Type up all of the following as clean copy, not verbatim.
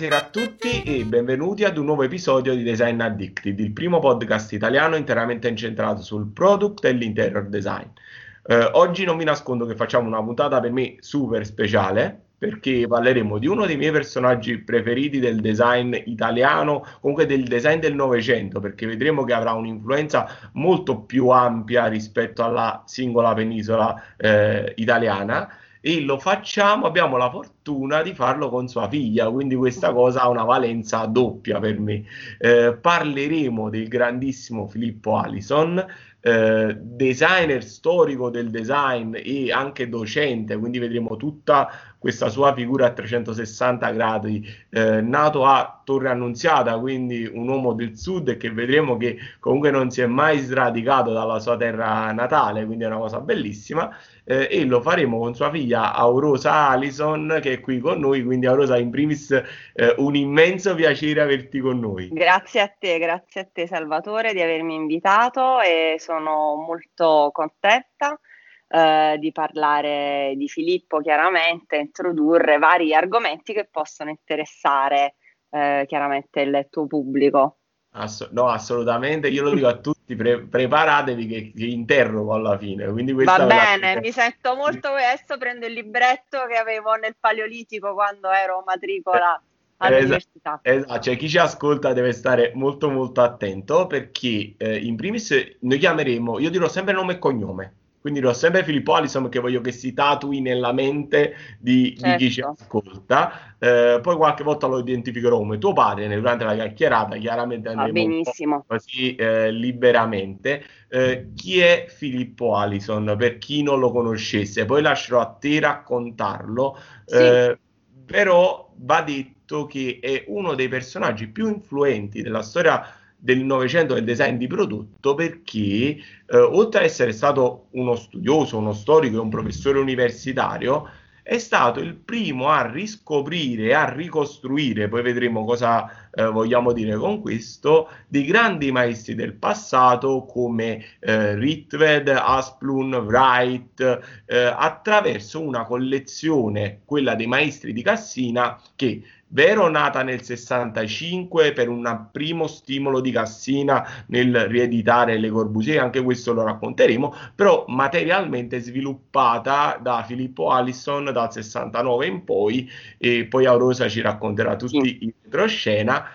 Buonasera a tutti e benvenuti ad un nuovo episodio di Design Addicted, il primo podcast italiano interamente incentrato sul product e l'interior design. Oggi non vi nascondo che facciamo una puntata per me super speciale perché parleremo di uno dei miei personaggi preferiti del design italiano, comunque del design del Novecento, perché vedremo che avrà un'influenza molto più ampia rispetto alla singola penisola italiana. E lo facciamo, abbiamo la fortuna di farlo con sua figlia, quindi questa cosa ha una valenza doppia per me. Parleremo del grandissimo Filippo Alison, designer storico del design e anche docente, quindi vedremo tutta questa sua figura a 360 gradi, nato a Torre Annunziata, quindi un uomo del sud e che vedremo che comunque non si è mai sradicato dalla sua terra natale, quindi è una cosa bellissima. E lo faremo con sua figlia Aurosa Alison che è qui con noi, quindi Aurosa in primis un immenso piacere averti con noi. Grazie a te Salvatore di avermi invitato e sono molto contenta di parlare di Filippo, chiaramente, introdurre vari argomenti che possono interessare chiaramente il tuo pubblico. No, assolutamente, io lo dico a tutti, preparatevi che interrogo alla fine, quindi Va questa ve la... bene, mi sento molto, adesso prendo il libretto che avevo nel Paleolitico quando ero a matricola Esatto, all'università. esatto, cioè chi ci ascolta deve stare molto molto attento perché in primis noi chiameremo, io dirò sempre nome e cognome, quindi dirò sempre Filippo Alison che voglio che si tatui nella mente di chi ci Certo, ascolta. Poi qualche volta lo identificherò come tuo padre durante la chiacchierata, chiaramente va andremo un po' benissimo. così liberamente. Chi è Filippo Alison per chi non lo conoscesse? Poi lascerò a te raccontarlo. Sì. Però va detto che è uno dei personaggi più influenti della storia del Novecento del design di prodotto perché oltre ad essere stato uno studioso, uno storico e un professore universitario, è stato il primo a riscoprire, a ricostruire, poi vedremo cosa vogliamo dire con questo, dei grandi maestri del passato come Rietved, Asplund, Wright, attraverso una collezione, quella dei maestri di Cassina, che vero nata nel 65 per un primo stimolo di Cassina nel rieditare Le Corbusier, anche questo lo racconteremo, però materialmente sviluppata da Filippo Allison dal 69 in poi, e poi Aurosa ci racconterà Sì. tutti in retroscena.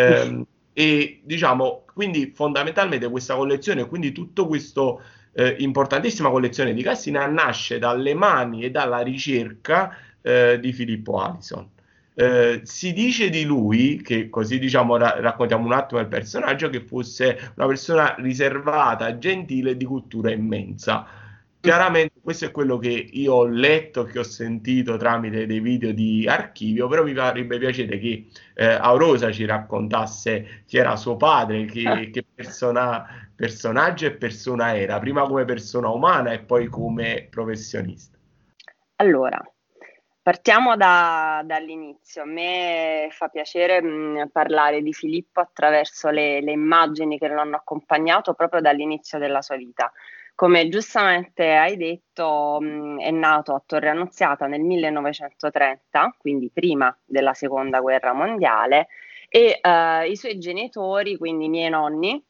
E diciamo, quindi fondamentalmente questa collezione, quindi tutto questo importantissima collezione di Cassina nasce dalle mani e dalla ricerca di Filippo Alison. Si dice di lui, che così diciamo raccontiamo un attimo il personaggio, che fosse una persona riservata, gentile e di cultura immensa. Chiaramente questo è quello che io ho letto, che ho sentito tramite dei video di archivio, però mi farebbe piacere che Aurosa ci raccontasse chi era suo padre, che personaggio e persona era, prima come persona umana e poi come professionista. Allora, partiamo dall'inizio. A me fa piacere parlare di Filippo attraverso le immagini che lo hanno accompagnato proprio dall'inizio della sua vita. Come giustamente hai detto, è nato a Torre Annunziata nel 1930, quindi prima della Seconda Guerra Mondiale, e i suoi genitori, quindi i miei nonni,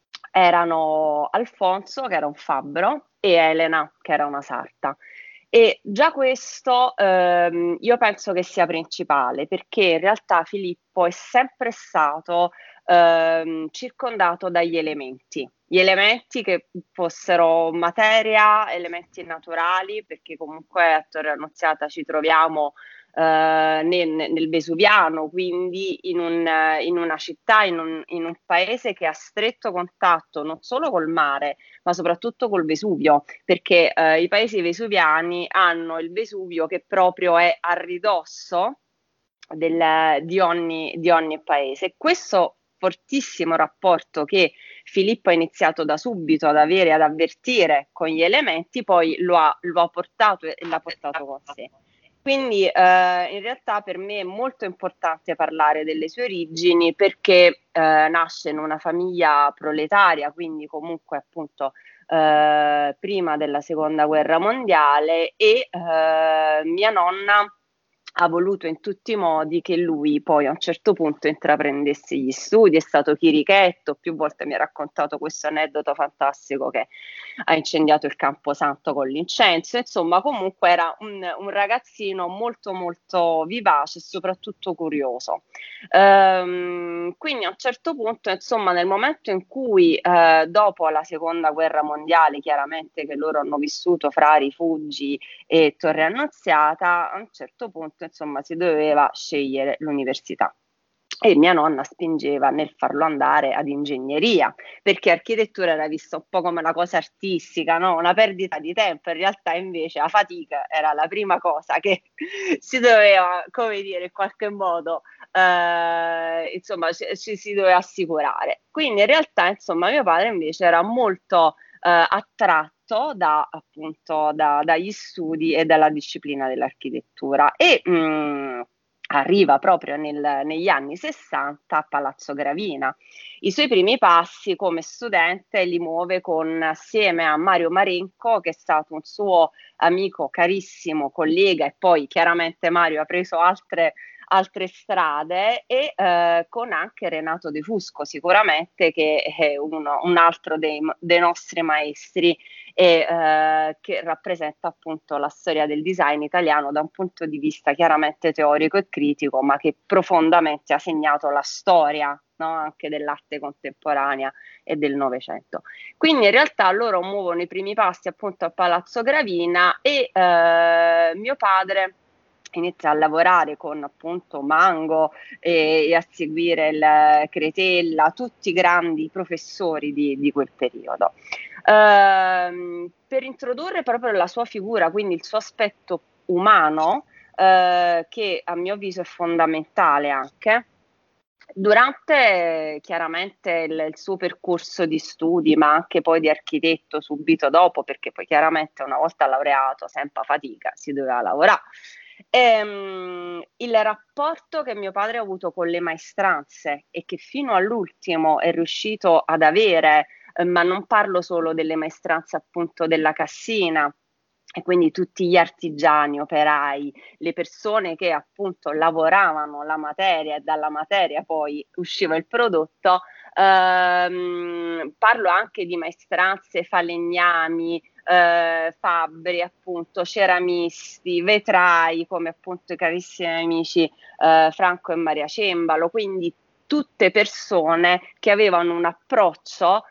erano Alfonso, che era un fabbro, e Elena, che era una sarta. E già questo io penso che sia principale, perché in realtà Filippo è sempre stato circondato dagli elementi. Gli elementi che fossero materia, elementi naturali, perché comunque a Torre Annunziata ci troviamo nel Vesuviano, quindi in una città, in un paese che ha stretto contatto non solo col mare, ma soprattutto col Vesuvio, perché i paesi vesuviani hanno il Vesuvio che proprio è a ridosso di ogni paese. E questo fortissimo rapporto che Filippo ha iniziato da subito ad avere, ad avvertire con gli elementi, poi lo ha portato e l'ha portato con sé. Quindi in realtà per me è molto importante parlare delle sue origini perché nasce in una famiglia proletaria, quindi comunque appunto prima della seconda guerra mondiale e mia nonna ha voluto in tutti i modi che lui poi a un certo punto intraprendesse gli studi, è stato chirichetto, più volte mi ha raccontato questo aneddoto fantastico che ha incendiato il Camposanto con l'incenso, insomma comunque era un ragazzino molto molto vivace e soprattutto curioso. Quindi a un certo punto, insomma, nel momento in cui dopo la seconda guerra mondiale, chiaramente che loro hanno vissuto fra rifugi e Torre Annunziata, a un certo punto, insomma, si doveva scegliere l'università. E mia nonna spingeva nel farlo andare ad ingegneria, perché architettura era vista un po' come una cosa artistica, no? Una perdita di tempo. In realtà invece la fatica era la prima cosa che si doveva, come dire, in qualche modo, insomma, ci si doveva assicurare. Quindi in realtà, insomma, mio padre invece era molto attratto dagli studi e dalla disciplina dell'architettura e arriva proprio negli anni 60 a Palazzo Gravina. I suoi primi passi come studente li muove assieme a Mario Marenco, che è stato un suo amico carissimo, collega, e poi chiaramente Mario ha preso altre strade, e con anche Renato De Fusco sicuramente, che è un altro dei nostri maestri e che rappresenta appunto la storia del design italiano da un punto di vista chiaramente teorico e critico, ma che profondamente ha segnato la storia, no? Anche dell'arte contemporanea e del Novecento. Quindi in realtà loro muovono i primi passi appunto a Palazzo Gravina e mio padre inizia a lavorare con appunto Mango e a seguire il Cretella, tutti i grandi professori di quel periodo. Per introdurre proprio la sua figura, quindi il suo aspetto umano, che a mio avviso è fondamentale anche, durante chiaramente il suo percorso di studi, ma anche poi di architetto subito dopo, perché poi chiaramente una volta laureato, sempre a fatica, si doveva lavorare. Il rapporto che mio padre ha avuto con le maestranze e che fino all'ultimo è riuscito ad avere, ma non parlo solo delle maestranze appunto della Cassina, e quindi tutti gli artigiani, operai, le persone che appunto lavoravano la materia e dalla materia poi usciva il prodotto. Parlo anche di maestranze, falegnami, fabbri, appunto, ceramisti, vetrai, come appunto i carissimi amici Franco e Maria Cembalo, quindi tutte persone che avevano un approccio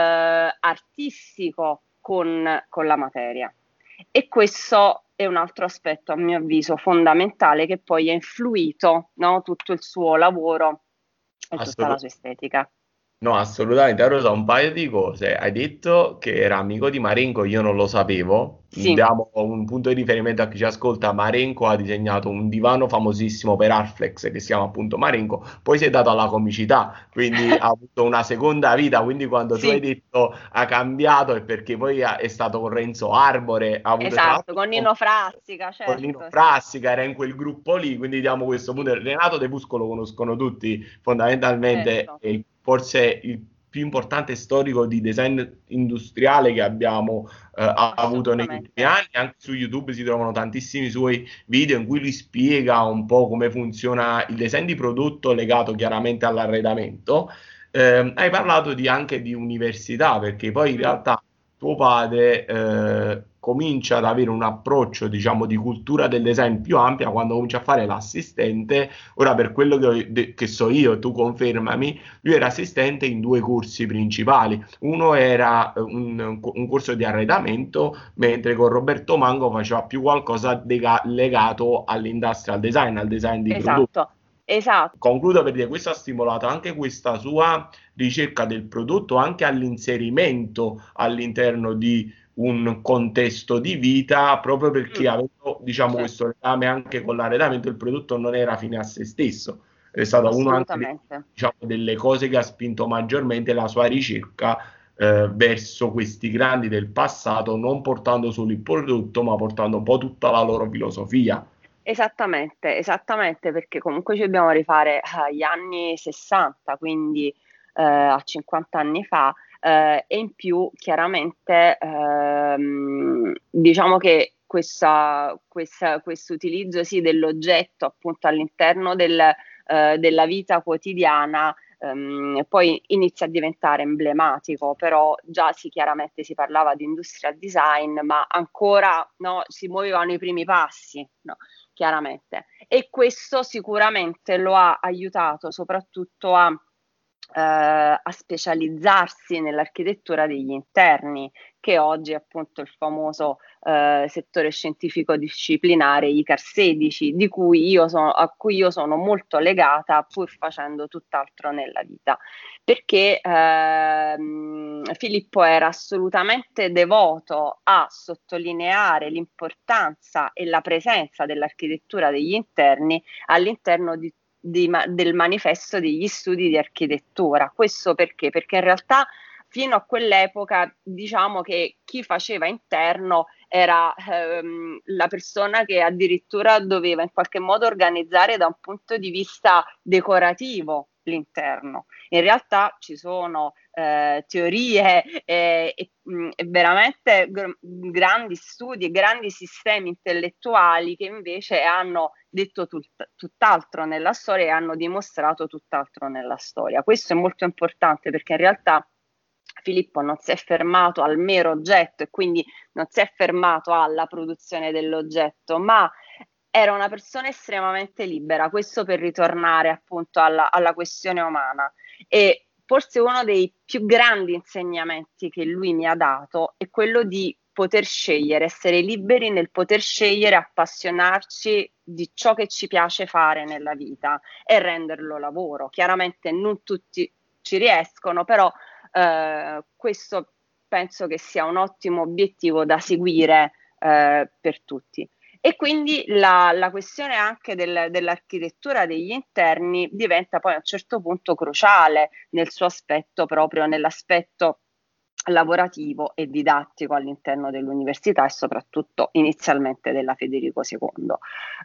artistico con la materia. E questo è un altro aspetto, a mio avviso, fondamentale, che poi ha influito, no, tutto il suo lavoro e tutta la Assolutamente. sua estetica. No, assolutamente, ero so un paio di cose. Hai detto che era amico di Marenco, io non lo sapevo. Sì, Diamo un punto di riferimento a chi ci ascolta. Marenco ha disegnato un divano famosissimo per Arflex che si chiama appunto Marenco, poi si è dato alla comicità, quindi ha avuto una seconda vita. Quindi quando tu hai sì, detto ha cambiato è perché poi è stato con Renzo Arbore, ha avuto tra esatto, l'altro con Nino Frassica, con Nino certo, sì. Frassica, era in quel gruppo lì, quindi diamo questo Sì, punto. Renato De Fusco lo conoscono tutti, fondamentalmente certo, è forse il più importante storico di design industriale che abbiamo avuto negli ultimi assolutamente. anni. Anche su YouTube si trovano tantissimi suoi video in cui lui spiega un po' come funziona il design di prodotto legato chiaramente all'arredamento. Hai parlato anche di università, perché poi in Mm, realtà tuo padre comincia ad avere un approccio, diciamo, di cultura del design più ampia quando comincia a fare l'assistente. Ora, per quello che so io, tu confermami, lui era assistente in due corsi principali. Uno era un corso di arredamento, mentre con Roberto Mango faceva più qualcosa legato all'industrial design, al design di prodotto. esatto, esatto. Concludo per dire, questo ha stimolato anche questa sua ricerca del prodotto, anche all'inserimento all'interno di un contesto di vita, proprio perché Mm, avendo, diciamo, certo, questo legame anche con l'arredamento, il prodotto non era fine a se stesso. È stato uno anche assolutamente. diciamo, delle cose che ha spinto maggiormente la sua ricerca verso questi grandi del passato, non portando solo il prodotto, ma portando un po' tutta la loro filosofia. Esattamente, esattamente, perché comunque ci dobbiamo rifare agli anni 60, quindi a 50 anni fa, e in più chiaramente diciamo che questo utilizzo sì, dell'oggetto appunto all'interno della vita quotidiana poi inizia a diventare emblematico, però già chiaramente si parlava di industrial design, ma ancora no, si muovevano i primi passi, no, chiaramente. E questo sicuramente lo ha aiutato soprattutto a specializzarsi nell'architettura degli interni, che oggi è appunto il famoso settore scientifico disciplinare ICAR 16, a cui io sono molto legata, pur facendo tutt'altro nella vita, perché Filippo era assolutamente devoto a sottolineare l'importanza e la presenza dell'architettura degli interni all'interno del manifesto degli studi di architettura. Questo perché? Perché in realtà fino a quell'epoca diciamo che chi faceva interno era la persona che addirittura doveva in qualche modo organizzare da un punto di vista decorativo l'interno. In realtà ci sono teorie e veramente grandi studi e grandi sistemi intellettuali che invece hanno detto tutt'altro nella storia e hanno dimostrato tutt'altro nella storia. Questo è molto importante perché in realtà Filippo non si è fermato al mero oggetto e quindi non si è fermato alla produzione dell'oggetto, ma era una persona estremamente libera, questo per ritornare appunto alla questione umana. E forse uno dei più grandi insegnamenti che lui mi ha dato è quello di poter scegliere, essere liberi nel poter scegliere, appassionarci di ciò che ci piace fare nella vita e renderlo lavoro. Chiaramente non tutti ci riescono, però questo penso che sia un ottimo obiettivo da seguire per tutti. E quindi la questione anche dell'architettura degli interni diventa poi a un certo punto cruciale nel suo aspetto, proprio nell'aspetto lavorativo e didattico all'interno dell'università e soprattutto inizialmente della Federico II.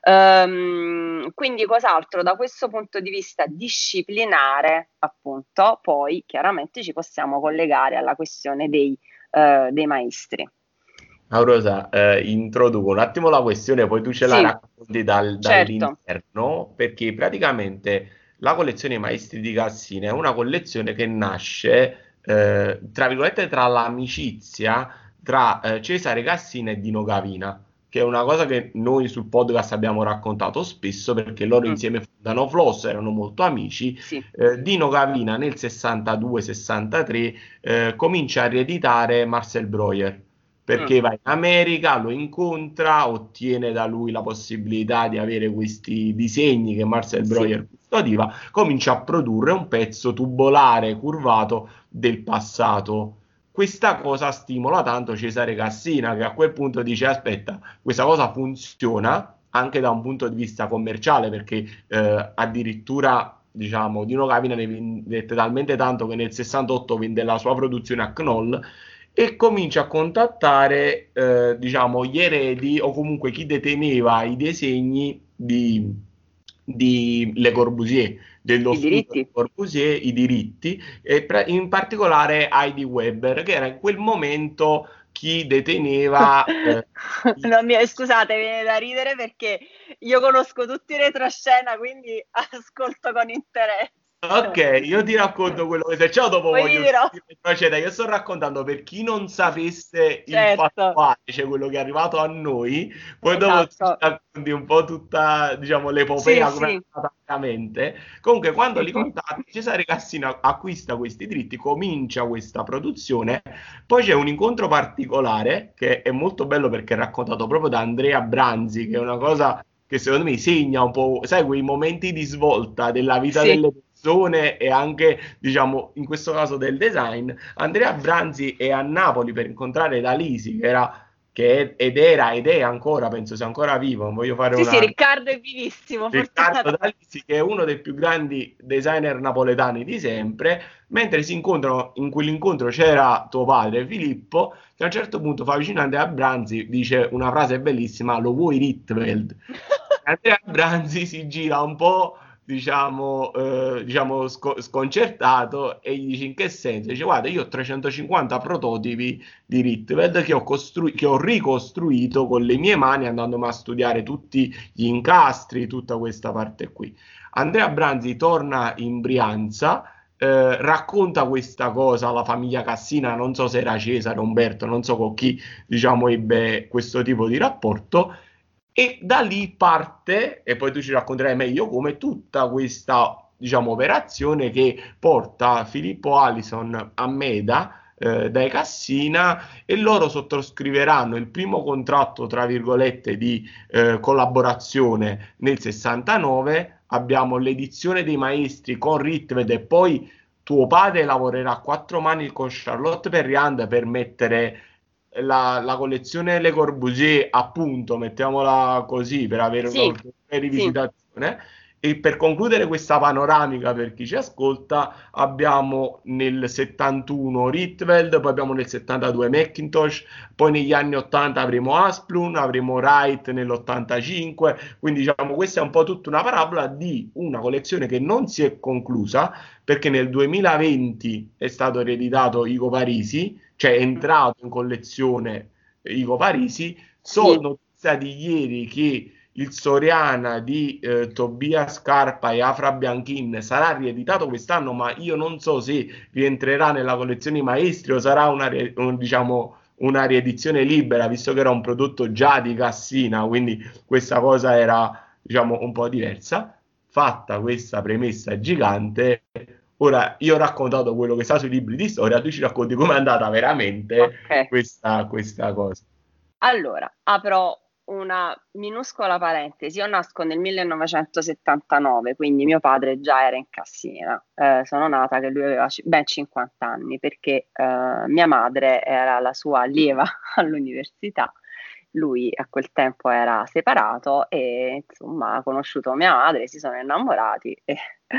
Quindi cos'altro da questo punto di vista disciplinare, appunto, poi chiaramente ci possiamo collegare alla questione dei maestri. Aurosa, introduco un attimo la questione, poi tu ce la Sì, racconti certo. dall'interno, perché praticamente la collezione Maestri di Cassina è una collezione che nasce, tra virgolette, tra l'amicizia tra Cesare Cassina e Dino Gavina, che è una cosa che noi sul podcast abbiamo raccontato spesso perché loro Mm, insieme fondano Floss, erano molto amici. sì. Dino Gavina nel 62-63 comincia a rieditare Marcel Breuer Mm, perché va in America, lo incontra, ottiene da lui la possibilità di avere questi disegni che Marcel sì. Breuer custodiva, comincia a produrre un pezzo tubolare, curvato del passato. Questa cosa stimola tanto Cesare Cassina, che a quel punto dice: Aspetta, questa cosa funziona anche da un punto di vista commerciale, perché addirittura diciamo Dino Gavina ne vendette talmente tanto che nel 68 vende la sua produzione a Knoll e comincia a contattare, diciamo, gli eredi o comunque chi deteneva i disegni di Le Corbusier, dello I studio diritti? Le Corbusier, i diritti, e in particolare Heidi Weber, che era in quel momento chi deteneva i- Scusate, viene da ridere perché io conosco tutti i retroscena, quindi ascolto con interesse. Ok, io ti racconto quello che succede, dopo Poi vi voglio dirò, procedere. Io sto raccontando per chi non sapesse il certo, fattuale, cioè quello che è arrivato a noi, poi dopo tu ci esatto. racconti un po' tutta, diciamo, Sì, l'epopea come è sì, andata veramente. Comunque, quando li sì. contatti, Cesare Cassino acquista questi diritti, comincia questa produzione, poi c'è un incontro particolare che è molto bello perché è raccontato proprio da Andrea Branzi, che è una cosa che secondo me segna un po', sai, quei momenti di svolta della vita Sì. delle persone e anche, diciamo, in questo caso del design. Andrea Branzi è a Napoli per incontrare Dalisi, ed è ancora, penso sia ancora vivo, non voglio fare Sì, sì, una... Riccardo è vivissimo, Riccardo fortunatamente. Dalisi, che è uno dei più grandi designer napoletani di sempre, mentre si incontrano, in quell'incontro c'era tuo padre Filippo, che a un certo punto fa vicino a Andrea Branzi, dice una frase bellissima: lo vuoi Rietveld? Andrea Branzi si gira un po', sconcertato, e gli dici: in che senso? Dice: guarda, io ho 350 prototipi di Rietveld che ho ricostruito con le mie mani, andandomi a studiare tutti gli incastri, tutta questa parte qui. Andrea Branzi torna in Brianza, racconta questa cosa alla famiglia Cassina, non so se era Cesare, Umberto, non so con chi, diciamo, ebbe questo tipo di rapporto, e da lì parte, e poi tu ci racconterai meglio come, tutta questa, diciamo, operazione che porta Filippo Allison a Meda, dai Cassina, e loro sottoscriveranno il primo contratto, tra virgolette, di collaborazione nel 69. Abbiamo l'edizione dei maestri con Rietveld, e poi tuo padre lavorerà a quattro mani con Charlotte Perriand per mettere la collezione Le Corbusier a punto, mettiamola così, per avere Sì, un'ulteriore sì. rivisitazione. E per concludere questa panoramica per chi ci ascolta, abbiamo nel 71 Rietveld, poi abbiamo nel 72 Macintosh, poi negli anni 80 avremo Asplund, avremo Wright nell'85, quindi diciamo questa è un po' tutta una parabola di una collezione che non si è conclusa, perché nel 2020 è stato ereditato Igo Parisi, cioè è entrato in collezione Igo Parisi. So Sì. notizia di ieri che il Soriana di Tobia Scarpa e Afra Bianchin sarà rieditato quest'anno, ma io non so se rientrerà nella collezione maestri o sarà diciamo, una riedizione libera, visto che era un prodotto già di Cassina, quindi questa cosa era, diciamo, un po' diversa. Fatta questa premessa gigante, ora io ho raccontato quello che sta sui libri di storia, tu ci racconti com'è andata veramente Ok. questa cosa. Allora, apro una minuscola parentesi. Io nasco nel 1979, quindi mio padre già era in Cassina. Sono nata che lui aveva ben 50 anni, perché mia madre era la sua allieva all'università. Lui a quel tempo era separato e insomma ha conosciuto mia madre, si sono innamorati e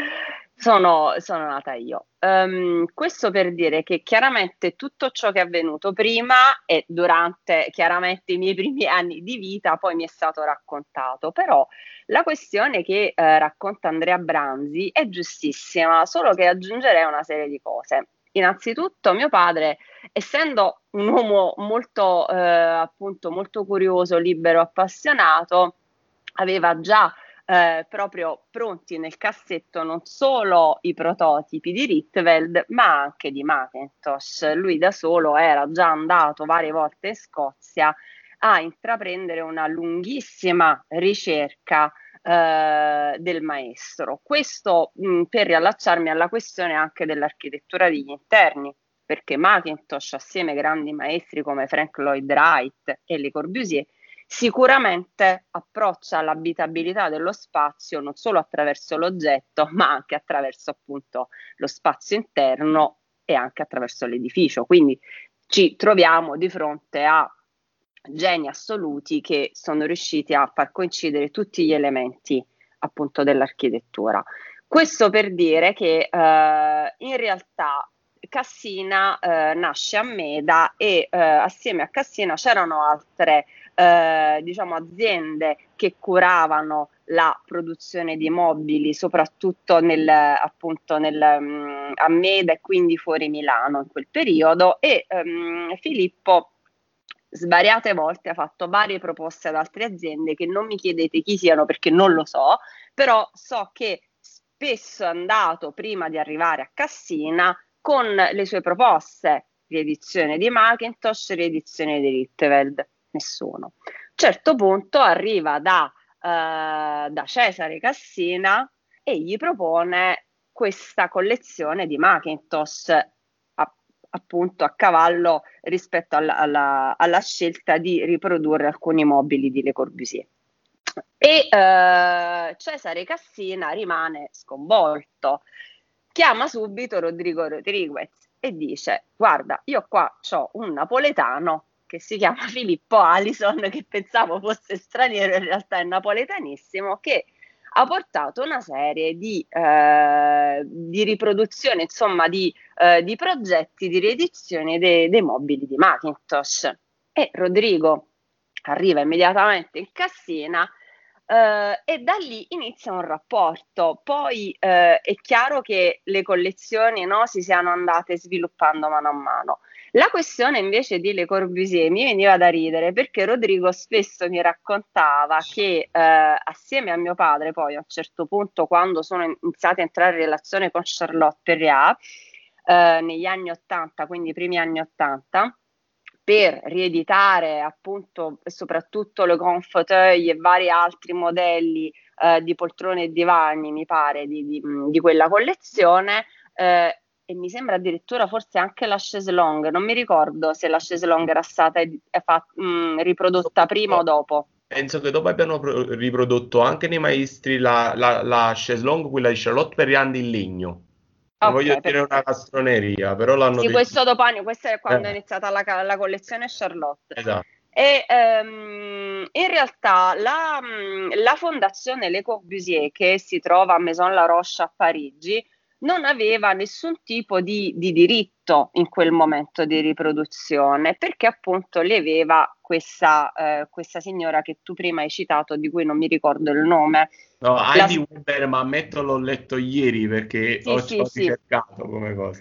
sono nata io. Questo per dire che chiaramente tutto ciò che è avvenuto prima e durante chiaramente i miei primi anni di vita poi mi è stato raccontato, però la questione che racconta Andrea Branzi è giustissima, solo che aggiungerei una serie di cose. Innanzitutto mio padre, essendo un uomo molto, appunto, molto curioso, libero, appassionato, aveva già proprio pronti nel cassetto non solo i prototipi di Rietveld, ma anche di Macintosh. Lui da solo era già andato varie volte in Scozia a intraprendere una lunghissima ricerca del maestro. Questo per riallacciarmi alla questione anche dell'architettura degli interni, perché Macintosh, assieme ai grandi maestri come Frank Lloyd Wright e Le Corbusier, sicuramente approccia l'abitabilità dello spazio non solo attraverso l'oggetto, ma anche attraverso appunto lo spazio interno e anche attraverso l'edificio. Quindi ci troviamo di fronte a geni assoluti che sono riusciti a far coincidere tutti gli elementi appunto dell'architettura. Questo per dire che in realtà Cassina nasce a Meda e assieme a Cassina c'erano altre diciamo aziende che curavano la produzione di mobili, soprattutto appunto a Meda e quindi fuori Milano in quel periodo, e Filippo svariate volte ha fatto varie proposte ad altre aziende che non mi chiedete chi siano perché non lo so, però so che spesso è andato prima di arrivare a Cassina con le sue proposte, riedizione di Macintosh, riedizione di Rietveld, nessuno. A un certo punto arriva da Cesare Cassina e gli propone questa collezione di Macintosh, appunto a cavallo rispetto alla scelta di riprodurre alcuni mobili di Le Corbusier. E Cesare Cassina rimane sconvolto, chiama subito Rodrigo Rodriguez e dice: guarda, io qua ho un napoletano che si chiama Filippo Allison, che pensavo fosse straniero, in realtà è napoletanissimo, che ha portato una serie di riproduzioni, insomma di progetti di riedizione dei mobili di Macintosh. E Rodrigo arriva immediatamente in Cassina, e da lì inizia un rapporto. Poi è chiaro che le collezioni, no, si siano andate sviluppando mano a mano. La questione invece di Le Corbusier mi veniva da ridere perché Rodrigo spesso mi raccontava che assieme a mio padre, poi a un certo punto, quando sono iniziati a entrare in relazione con Charlotte Perriand, negli anni 80, quindi i primi anni 80, per rieditare appunto soprattutto le Grand Fauteuil e vari altri modelli di poltrone e divani, mi pare, di quella collezione, e mi sembra addirittura forse anche la chaise longue, non mi ricordo se la chaise longue era stata riprodotta prima o dopo. Penso che dopo abbiano riprodotto anche nei maestri la chaise longue, quella di Charlotte Perriand in legno. Non voglio Ok, dire una perfetto. castroneria, però l'hanno Sì, questo dopo anni, questo è quando è eh, iniziata la collezione Charlotte. esatto. E in realtà la fondazione Le Corbusier, che si trova a Maison La Roche a Parigi, non aveva nessun tipo di diritto in quel momento di riproduzione, perché appunto le aveva questa signora che tu prima hai citato, di cui non mi ricordo il nome. No, La, Heidi Weber, ma ammetto l'ho letto ieri perché sì, ci sì, ho sì. ricercato come cosa.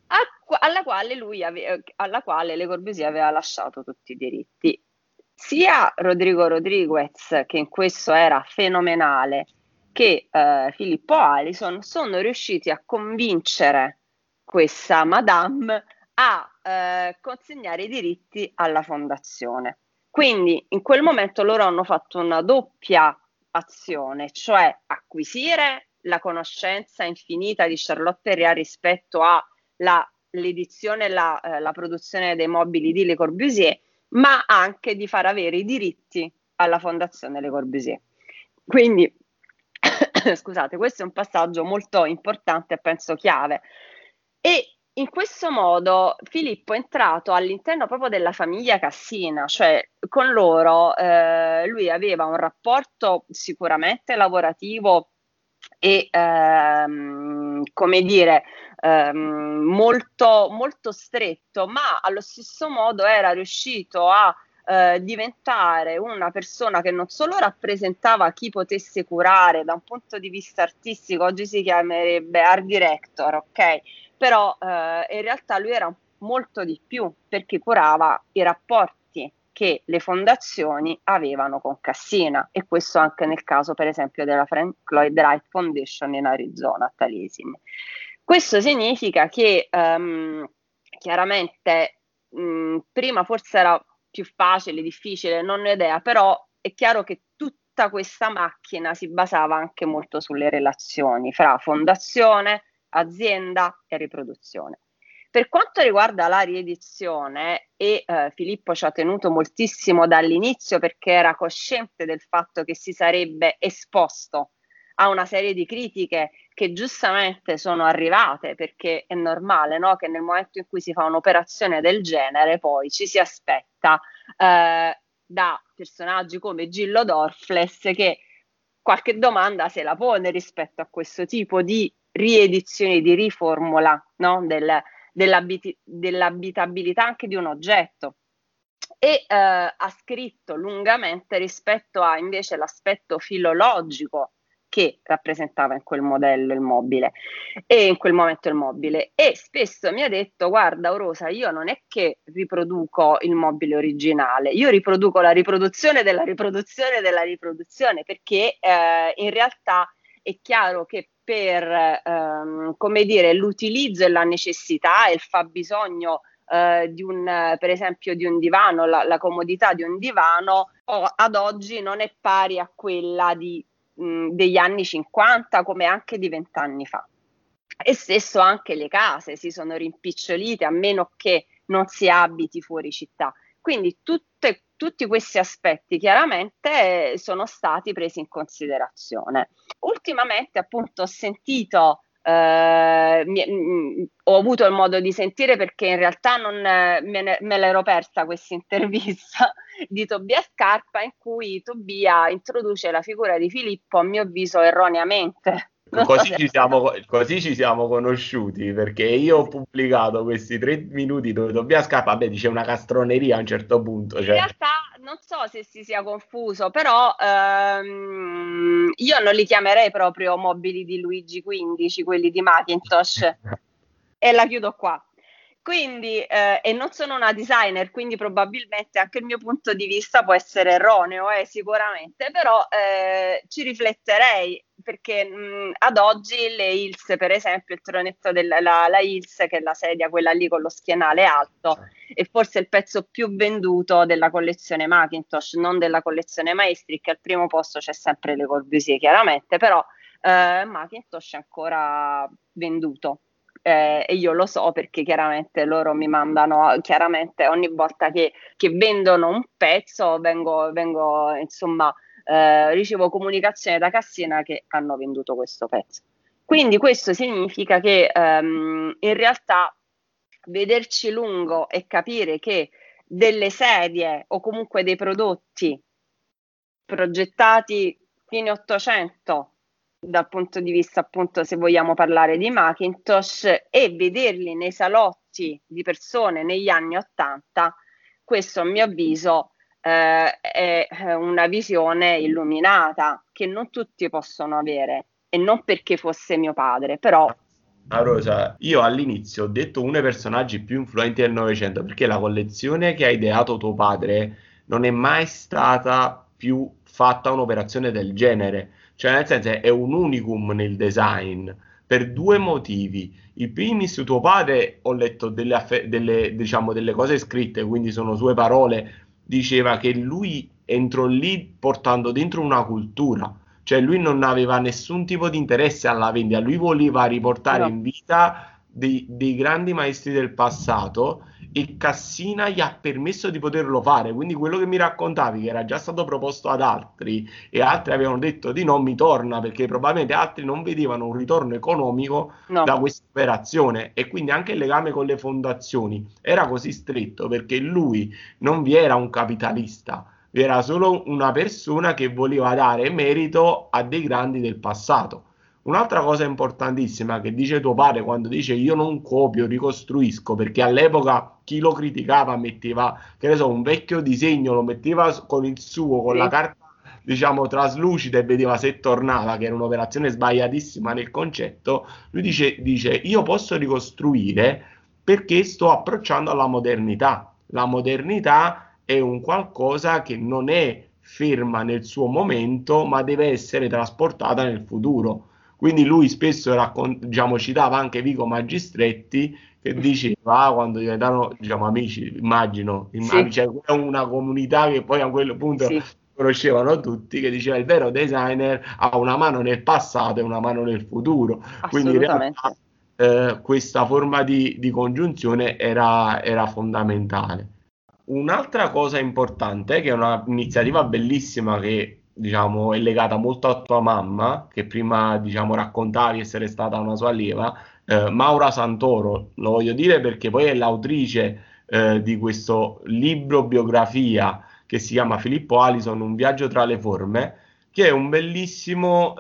Alla quale Le Corbusier aveva lasciato tutti i diritti. Sia Rodrigo Rodriguez, che in questo era fenomenale, che Filippo Alison sono riusciti a convincere questa Madame a consegnare i diritti alla fondazione. Quindi in quel momento loro hanno fatto una doppia azione, cioè acquisire la conoscenza infinita di Charlotte Perriand rispetto all'edizione e la produzione dei mobili di Le Corbusier, ma anche di far avere i diritti alla Fondazione Le Corbusier. Quindi, scusate, questo è un passaggio molto importante e penso chiave. E in questo modo Filippo è entrato all'interno proprio della famiglia Cassina, cioè con loro lui aveva un rapporto sicuramente lavorativo e come dire molto, molto stretto, ma allo stesso modo era riuscito a diventare una persona che non solo rappresentava chi potesse curare da un punto di vista artistico, oggi si chiamerebbe art director, ok? Però in realtà lui era molto di più perché curava i rapporti che le fondazioni avevano con Cassina, e questo anche nel caso per esempio della Frank Lloyd Wright Foundation in Arizona, a Taliesin. Questo significa che chiaramente prima forse era più facile, difficile, non ho idea, però è chiaro che tutta questa macchina si basava anche molto sulle relazioni fra fondazione, azienda e riproduzione. Per quanto riguarda la riedizione, e Filippo ci ha tenuto moltissimo dall'inizio perché era cosciente del fatto che si sarebbe esposto a una serie di critiche che giustamente sono arrivate, perché è normale, no? Che nel momento in cui si fa un'operazione del genere poi ci si aspetta da personaggi come Gillo Dorfles che qualche domanda se la pone rispetto a questo tipo di riedizione, di riformula, no? Dell'abitabilità anche di un oggetto. E ha scritto lungamente rispetto a invece l'aspetto filologico che rappresentava in quel modello il mobile e in quel momento il mobile, e spesso mi ha detto: guarda Orosa, io non è che riproduco il mobile originale, io riproduco la riproduzione della riproduzione della riproduzione, perché in realtà è chiaro che per come dire, l'utilizzo e la necessità e il fabbisogno per esempio di un divano, la comodità di un divano ad oggi non è pari a quella degli anni 50, come anche di 20 anni fa. E stesso anche le case si sono rimpicciolite a meno che non si abiti fuori città. Quindi tutti questi aspetti chiaramente sono stati presi in considerazione. Ultimamente appunto ho sentito ho avuto il modo di sentire, perché in realtà non me l'ero persa questa intervista di Tobia Scarpa, in cui Tobia introduce la figura di Filippo, a mio avviso erroneamente, Non so se... Così ci siamo conosciuti, perché io ho pubblicato questi 3 minuti dove Tobias K, vabbè, dice una castroneria a un certo punto, In cioè. realtà non so se si sia confuso, però io non li chiamerei proprio mobili di Luigi XV, quelli di Macintosh, e la chiudo qua. Quindi, e non sono una designer, quindi probabilmente anche il mio punto di vista può essere erroneo, sicuramente, però ci rifletterei perché ad oggi le Hills, per esempio, il tronetto la Hills, che è la sedia, quella lì con lo schienale alto, è forse il pezzo più venduto della collezione Macintosh, non della collezione Maestri, che al primo posto c'è sempre Le Corbusier, chiaramente, però Macintosh è ancora venduto. E io lo so perché chiaramente loro mi mandano, chiaramente ogni volta che vendono un pezzo vengo insomma, ricevo comunicazione da Cassina che hanno venduto questo pezzo. Quindi questo significa che in realtà vederci lungo e capire che delle sedie o comunque dei prodotti progettati fine 800 dal punto di vista, appunto, se vogliamo parlare di Macintosh, e vederli nei salotti di persone negli anni 80, questo a mio avviso è una visione illuminata che non tutti possono avere, e non perché fosse mio padre, però Ah, Rosa, io all'inizio ho detto uno dei personaggi più influenti del Novecento perché la collezione che ha ideato tuo padre non è mai stata più fatta un'operazione del genere, cioè nel senso è un unicum nel design per due motivi. Il primis, tuo padre, ho letto diciamo, delle cose scritte, quindi sono sue parole, diceva che lui entrò lì portando dentro una cultura. Cioè lui non aveva nessun tipo di interesse alla vendita, lui voleva riportare no, in vita dei grandi maestri del passato e Cassina gli ha permesso di poterlo fare. Quindi quello che mi raccontavi, che era già stato proposto ad altri e altri avevano detto di no, mi torna perché probabilmente altri non vedevano un ritorno economico da no, questa operazione e quindi anche il legame con le fondazioni era così stretto perché lui non vi era un capitalista, era solo una persona che voleva dare merito a dei grandi del passato. Un'altra cosa importantissima che dice tuo padre quando dice io non copio, ricostruisco, perché all'epoca chi lo criticava metteva, che ne so, un vecchio disegno, lo metteva con il suo, con la sì, carta, diciamo, traslucida e vedeva se tornava, che era un'operazione sbagliatissima nel concetto. Lui dice io posso ricostruire perché sto approcciando alla modernità. La modernità è un qualcosa che non è ferma nel suo momento, ma deve essere trasportata nel futuro. Quindi lui spesso diciamo, citava anche Vico Magistretti che diceva quando diventarono diciamo, amici, immagino, sì, cioè, una comunità che poi a quel punto sì, conoscevano tutti, che diceva il vero designer ha una mano nel passato e una mano nel futuro. Quindi in realtà assolutamente. questa forma di congiunzione era fondamentale. Un'altra cosa importante, che è un'iniziativa bellissima che diciamo è legata molto a tua mamma, che prima diciamo raccontavi essere stata una sua allieva, Maura Santoro, lo voglio dire perché poi è l'autrice di questo libro biografia che si chiama Filippo Alison, Un viaggio tra le forme, che è un bellissimo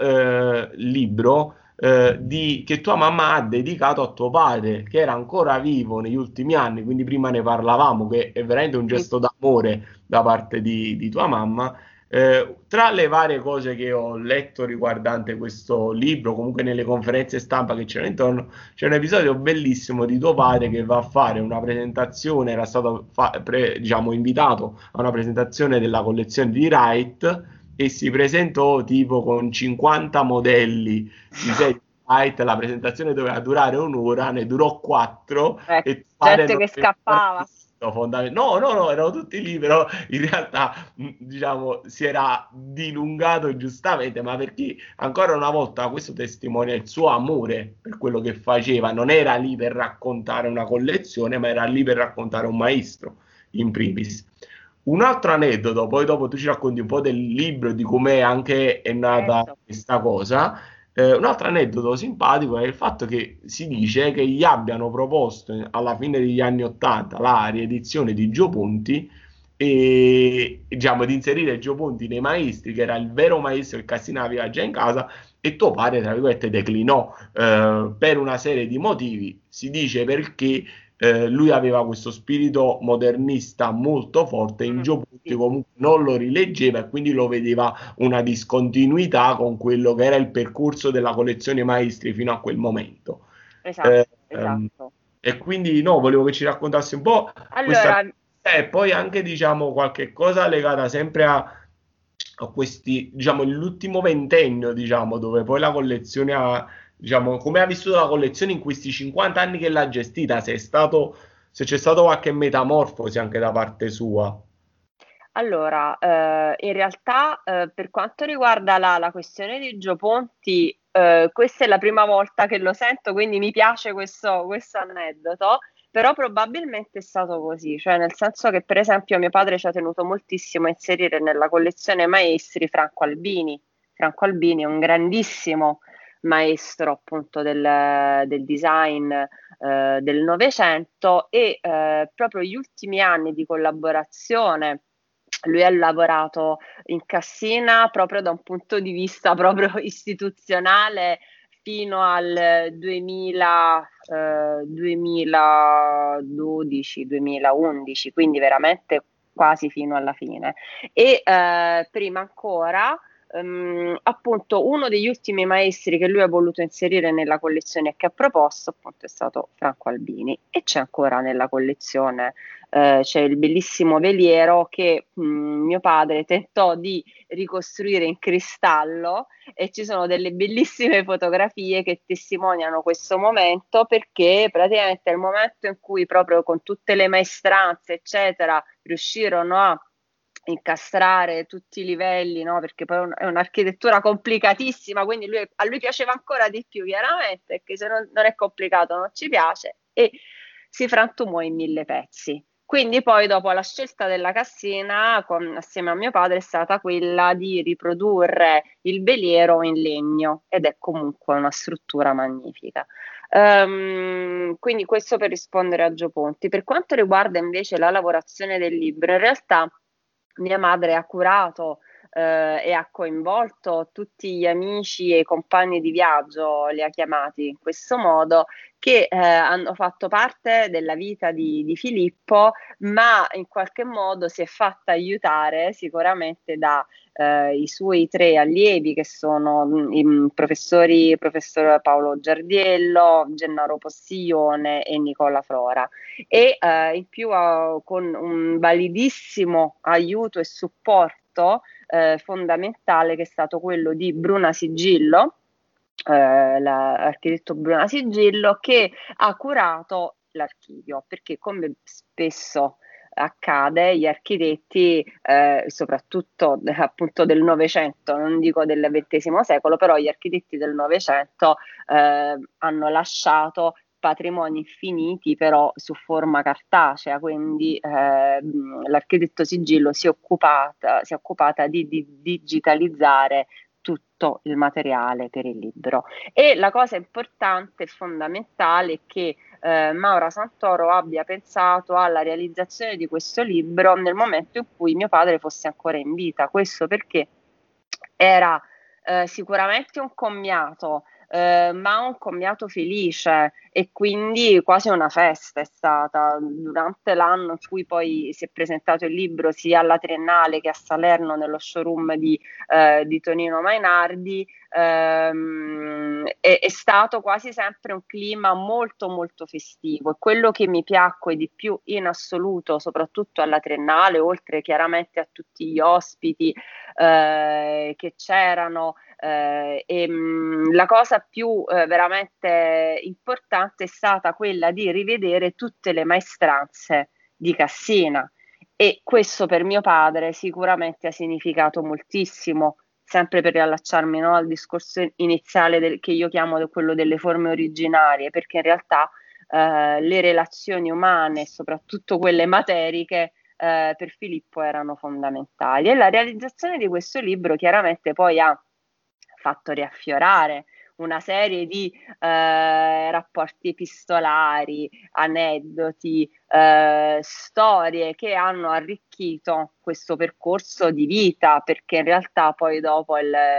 libro che tua mamma ha dedicato a tuo padre, che era ancora vivo negli ultimi anni, quindi prima ne parlavamo, che è veramente un Sì. gesto d'amore da parte di tua mamma. Tra le varie cose che ho letto riguardante questo libro, comunque nelle conferenze stampa che c'erano intorno, c'è un episodio bellissimo di tuo padre che va a fare una presentazione, era stato diciamo, invitato a una presentazione della collezione di Wright e si presentò tipo con 50 modelli di serie light, la presentazione doveva durare un'ora, ne durò 4 e pare Gente non che aveva scappava. partito no, no, no, erano tutti lì, però in realtà diciamo si era dilungato giustamente, ma perché ancora una volta questo testimonia il suo amore per quello che faceva, non era lì per raccontare una collezione, ma era lì per raccontare un maestro in primis. Un altro aneddoto, poi dopo tu ci racconti un po' del libro e di come anche è nata Certo. questa cosa. Un altro aneddoto simpatico è il fatto che si dice che gli abbiano proposto alla fine degli anni 80 la riedizione di Gio Ponti e diciamo di inserire Gio Ponti nei maestri, che era il vero maestro che Cassina aveva già in casa, e tuo padre, tra virgolette, declinò per una serie di motivi. Si dice perché lui aveva questo spirito modernista molto forte, in Gio Ponti Sì, comunque non lo rileggeva e quindi lo vedeva una discontinuità con quello che era il percorso della collezione maestri fino a quel momento. Eh, esatto, ehm, esatto. e quindi no, volevo che ci raccontassi un po' questa Allora, e poi anche diciamo qualche cosa legata sempre a questi, diciamo, l'ultimo ventennio, diciamo, dove poi la collezione ha, diciamo, come ha vissuto la collezione in questi 50 anni che l'ha gestita, se è stato, se c'è stato qualche metamorfosi anche da parte sua. Allora, in realtà, per quanto riguarda la questione di Gio Ponti, questa è la prima volta che lo sento, quindi mi piace questo aneddoto, però probabilmente è stato così, cioè nel senso che per esempio mio padre ci ha tenuto moltissimo a inserire nella collezione maestri Franco Albini. Franco Albini è un grandissimo maestro appunto del design del Novecento e proprio gli ultimi anni di collaborazione lui ha lavorato in Cassina proprio da un punto di vista proprio istituzionale fino al 2012-2011, quindi veramente quasi fino alla fine. E prima ancora, appunto, uno degli ultimi maestri che lui ha voluto inserire nella collezione e che ha proposto, appunto, è stato Franco Albini e c'è ancora nella collezione c'è il bellissimo veliero che mio padre tentò di ricostruire in cristallo e ci sono delle bellissime fotografie che testimoniano questo momento perché praticamente è il momento in cui proprio con tutte le maestranze eccetera riuscirono a incastrare tutti i livelli, no? Perché poi è un'architettura complicatissima, quindi a lui piaceva ancora di più, chiaramente, che se non è complicato non ci piace, e si frantumò in 1000 pezzi. Quindi poi dopo la scelta della Cassina, assieme a mio padre, è stata quella di riprodurre il veliero in legno ed è comunque una struttura magnifica. Quindi questo per rispondere a Gio Ponti. Per quanto riguarda invece la lavorazione del libro, in realtà mia madre ha curato e ha coinvolto tutti gli amici e i compagni di viaggio, li ha chiamati in questo modo, che hanno fatto parte della vita di Filippo, ma in qualche modo si è fatta aiutare sicuramente da i suoi tre allievi che sono i professori, professor Paolo Giardiello, Gennaro Postiglione e Nicola Flora e in più con un validissimo aiuto e supporto fondamentale che è stato quello di Bruna Sigillo, l'architetto Bruna Sigillo, che ha curato l'archivio, perché come spesso accade, gli architetti, soprattutto appunto del Novecento, non dico del XX secolo, però gli architetti del Novecento hanno lasciato patrimoni infiniti però su forma cartacea, quindi l'architetto Sigillo si è occupata di digitalizzare tutto il materiale per il libro. E la cosa importante e fondamentale è che Maura Santoro abbia pensato alla realizzazione di questo libro nel momento in cui mio padre fosse ancora in vita. Questo perché era sicuramente un commiato, ma un commiato felice e quindi quasi una festa è stata durante l'anno in cui poi si è presentato il libro sia alla Triennale che a Salerno nello showroom di Tonino Mainardi. È stato quasi sempre un clima molto molto festivo e quello che mi piacque di più in assoluto, soprattutto alla Triennale, oltre chiaramente a tutti gli ospiti che c'erano. La cosa più veramente importante è stata quella di rivedere tutte le maestranze di Cassina e questo per mio padre sicuramente ha significato moltissimo, sempre per riallacciarmi, no, al discorso iniziale che io chiamo quello delle forme originarie, perché in realtà le relazioni umane e soprattutto quelle materiche per Filippo erano fondamentali. E la realizzazione di questo libro chiaramente poi ha fatto riaffiorare una serie di rapporti epistolari, aneddoti, storie che hanno arricchito questo percorso di vita, perché in realtà poi dopo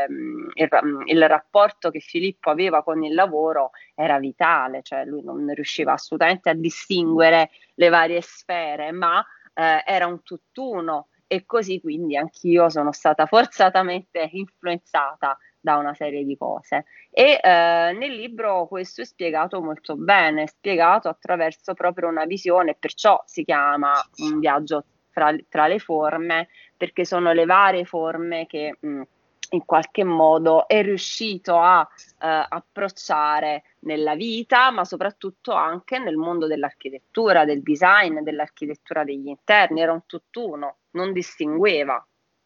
il rapporto che Filippo aveva con il lavoro era vitale, cioè lui non riusciva assolutamente a distinguere le varie sfere, ma era un tutt'uno, e così quindi anch'io sono stata forzatamente influenzata da una serie di cose. E nel libro questo è spiegato molto bene, è spiegato attraverso proprio una visione, perciò si chiama un viaggio tra le forme, perché sono le varie forme che in qualche modo è riuscito a approcciare nella vita, ma soprattutto anche nel mondo dell'architettura, del design, dell'architettura degli interni. Era un tutt'uno, non distingueva,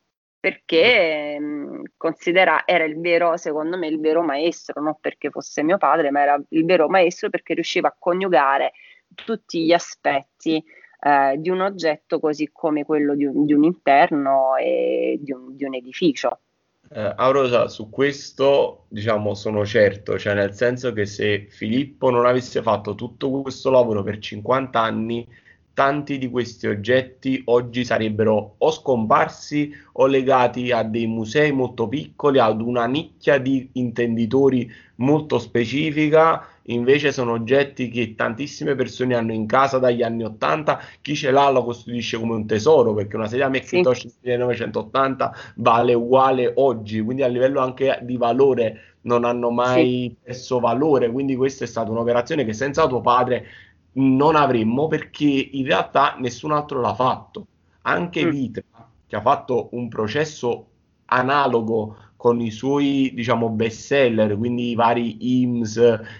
perché considera, era il vero, secondo me, il vero maestro, non perché fosse mio padre, ma era il vero maestro perché riusciva a coniugare tutti gli aspetti di un oggetto, così come quello di un interno e di un edificio. Aurosa, su questo, diciamo, sono certo, cioè nel senso che se Filippo non avesse fatto tutto questo lavoro per 50 anni, tanti di questi oggetti oggi sarebbero o scomparsi o legati a dei musei molto piccoli, ad una nicchia di intenditori molto specifica. Invece sono oggetti che tantissime persone hanno in casa dagli anni 80. Chi ce l'ha lo custodisce come un tesoro, perché una sedia Sì, Macintosh del 1980 vale uguale oggi, quindi a livello anche di valore non hanno sì. mai perso valore, quindi questa è stata un'operazione che senza tuo padre non avremmo, perché in realtà nessun altro l'ha fatto. Anche Mm, Vitra, che ha fatto un processo analogo con i suoi, diciamo, best seller, quindi i vari IMS,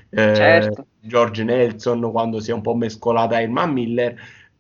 certo. George Nelson, quando si è un po' mescolata a Herman Miller,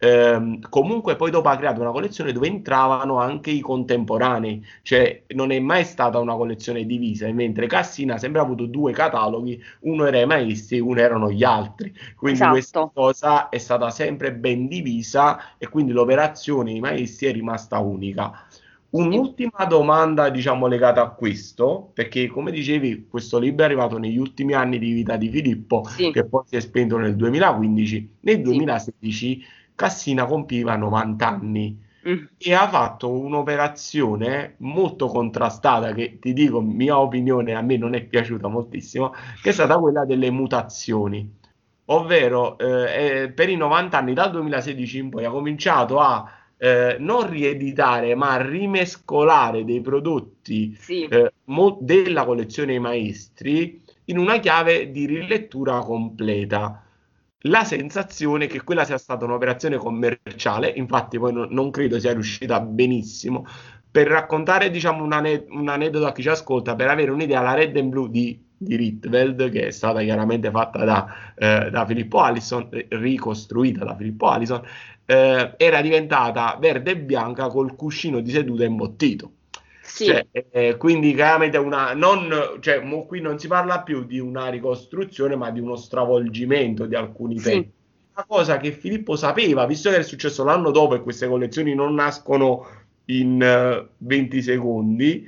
comunque poi dopo ha creato una collezione dove entravano anche i contemporanei, cioè non è mai stata una collezione divisa, mentre Cassina ha sempre avuto due cataloghi, uno era i maestri e uno erano gli altri, quindi questa Esatto. cosa è stata sempre ben divisa e quindi l'operazione dei maestri è rimasta unica. Sì, Un'ultima domanda, diciamo, legata a questo, perché come dicevi, questo libro è arrivato negli ultimi anni di vita di Filippo, sì, che poi si è spento nel 2015. Nel sì. 2016 Cassina compiva 90 anni Mm, e ha fatto un'operazione molto contrastata, che ti dico, mia opinione, a me non è piaciuta moltissimo, che è stata quella delle mutazioni. Ovvero, per i 90 anni, dal 2016 in poi, ha cominciato a non rieditare, ma a rimescolare dei prodotti sì, della collezione I Maestri in una chiave di rilettura completa. La sensazione è che quella sia stata un'operazione commerciale, infatti poi non credo sia riuscita benissimo. Per raccontare, diciamo, un aneddoto a chi ci ascolta, per avere un'idea, la Red and Blue di Rietveld, che è stata chiaramente fatta da Filippo Allison, ricostruita da Filippo Allison, era diventata verde e bianca col cuscino di seduta imbottito. sì, Cioè, quindi chiaramente cioè, qui non si parla più di una ricostruzione, ma di uno stravolgimento di alcuni sì, pezzi. Una cosa che Filippo sapeva, visto che è successo l'anno dopo e queste collezioni non nascono in 20 secondi,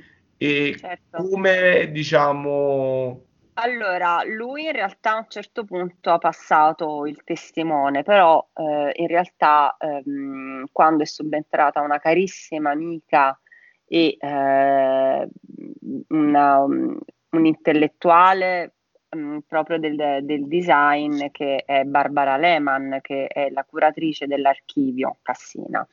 e certo. come diciamo. Allora, lui in realtà a un certo punto ha passato il testimone, però in realtà quando è subentrata una carissima amica e un intellettuale proprio del design, che è Barbara Lehmann, che è la curatrice dell'archivio Cassina.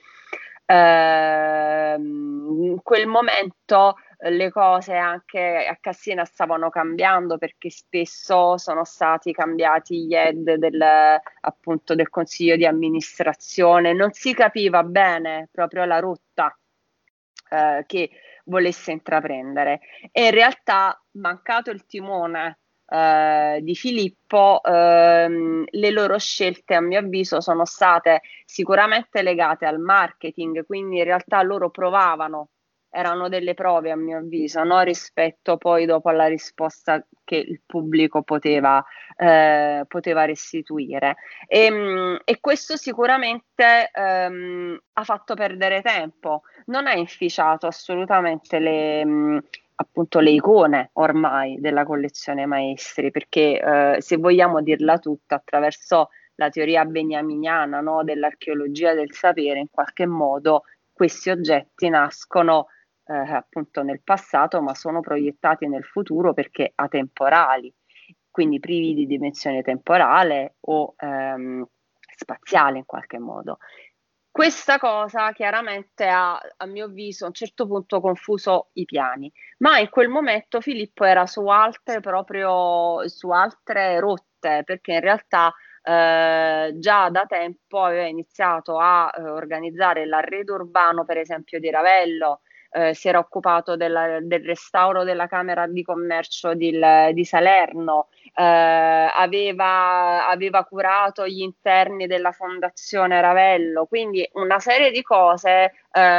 In quel momento le cose anche a Cassina stavano cambiando, perché spesso sono stati cambiati gli head appunto del consiglio di amministrazione, non si capiva bene proprio la rotta che volesse intraprendere, e in realtà, mancato il timone di Filippo, le loro scelte, a mio avviso, sono state sicuramente legate al marketing, quindi in realtà loro provavano, erano delle prove a mio avviso, no? Rispetto poi dopo alla risposta che il pubblico poteva restituire. E questo sicuramente ha fatto perdere tempo, non ha inficiato assolutamente appunto le icone ormai della collezione maestri, perché se vogliamo dirla tutta, attraverso la teoria beniaminiana, no, dell'archeologia del sapere, in qualche modo questi oggetti nascono appunto nel passato, ma sono proiettati nel futuro perché atemporali, quindi privi di dimensione temporale o spaziale in qualche modo. Questa cosa chiaramente ha, a mio avviso, a un certo punto confuso i piani, ma in quel momento Filippo era su altre, proprio su altre rotte, perché in realtà già da tempo aveva iniziato a organizzare l'arredo urbano, per esempio, di Ravello, si era occupato del restauro della Camera di Commercio di Salerno, aveva curato gli interni della Fondazione Ravello, quindi una serie di cose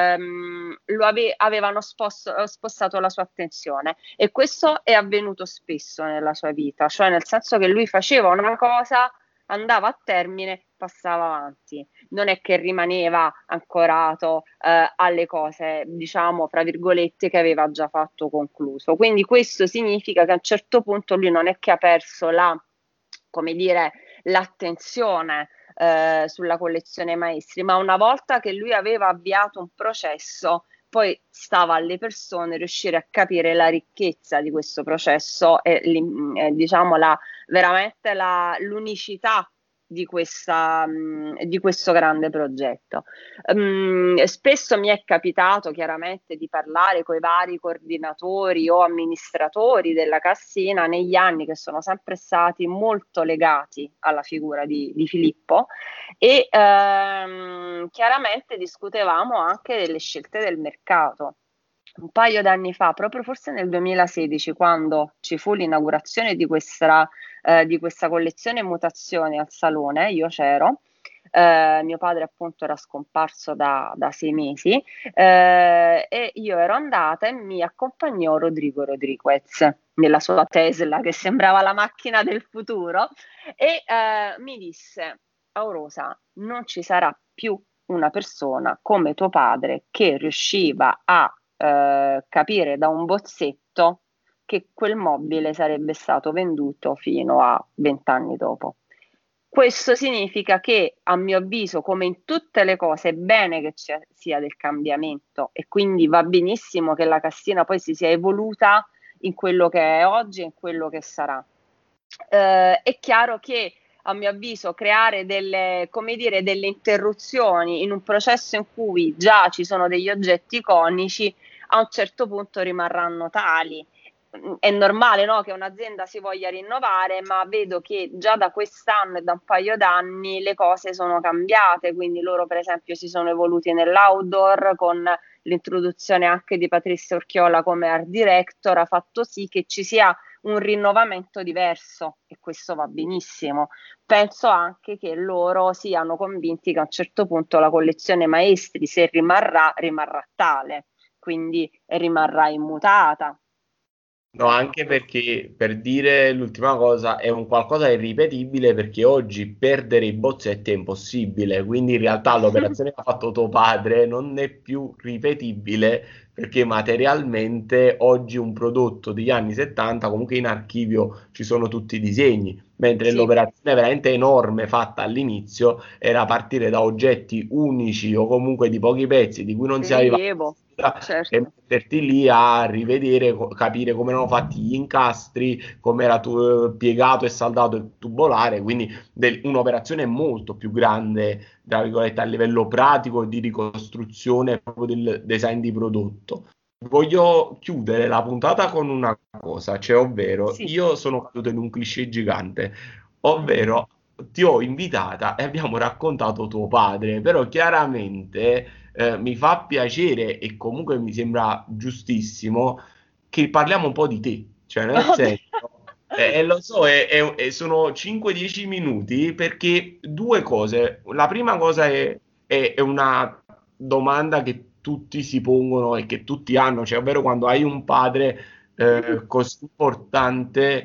avevano spostato la sua attenzione, e questo è avvenuto spesso nella sua vita, cioè nel senso che lui faceva una cosa, andava a termine, passava avanti, non è che rimaneva ancorato alle cose, diciamo, fra virgolette, che aveva già fatto concluso. Quindi questo significa che a un certo punto lui non è che ha perso come dire, l'attenzione sulla collezione maestri, ma una volta che lui aveva avviato un processo, poi stava alle persone riuscire a capire la ricchezza di questo processo e diciamo veramente l'unicità di questo grande progetto. Spesso mi è capitato chiaramente di parlare con i vari coordinatori o amministratori della Cassina negli anni, che sono sempre stati molto legati alla figura di Filippo, e chiaramente discutevamo anche delle scelte del mercato. Un paio d'anni fa, proprio forse nel 2016, quando ci fu l'inaugurazione di questa collezione Mutazioni al Salone, io c'ero. Mio padre appunto era scomparso da 6 mesi, e io ero andata e mi accompagnò Rodrigo Rodriguez nella sua Tesla che sembrava la macchina del futuro, e mi disse: Aurosa, non ci sarà più una persona come tuo padre che riusciva a capire da un bozzetto che quel mobile sarebbe stato venduto fino a 20 anni dopo. Questo significa che, a mio avviso, come in tutte le cose, è bene che ci sia del cambiamento, e quindi va benissimo che la Cassina poi si sia evoluta in quello che è oggi e in quello che sarà. È chiaro che, a mio avviso, creare come dire, delle interruzioni in un processo in cui già ci sono degli oggetti iconici, a un certo punto rimarranno tali. È normale, no, che un'azienda si voglia rinnovare, ma vedo che già da quest'anno e da un paio d'anni le cose sono cambiate, quindi loro per esempio si sono evoluti nell'outdoor, con l'introduzione anche di Patrizia Urchiola come art director, ha fatto sì che ci sia un rinnovamento diverso, e questo va benissimo. Penso anche che loro siano convinti che a un certo punto la collezione maestri, se rimarrà tale, quindi rimarrà immutata. No, anche perché, per dire l'ultima cosa, è un qualcosa di irripetibile, perché oggi perdere i bozzetti è impossibile, quindi in realtà l'operazione che ha fatto tuo padre non è più ripetibile, perché materialmente oggi un prodotto degli anni 70, comunque in archivio ci sono tutti i disegni, mentre Sì, l'operazione veramente enorme fatta all'inizio era partire da oggetti unici o comunque di pochi pezzi di cui non si aveva rilievo, e certo. metterti lì a rivedere, capire come erano fatti gli incastri, come era piegato e saldato il tubolare, quindi un'operazione molto più grande, tra virgolette, a livello pratico di ricostruzione proprio del design di prodotto. Voglio chiudere la puntata con una cosa, cioè ovvero Sì. io sono caduto in un cliché gigante, ovvero ti ho invitata e abbiamo raccontato tuo padre, però chiaramente mi fa piacere e comunque mi sembra giustissimo che parliamo un po' di te, cioè nel Vabbè. senso, e lo so, sono 5-10 minuti perché due cose. La prima cosa è una domanda che tutti si pongono e che tutti hanno, cioè ovvero quando hai un padre così importante,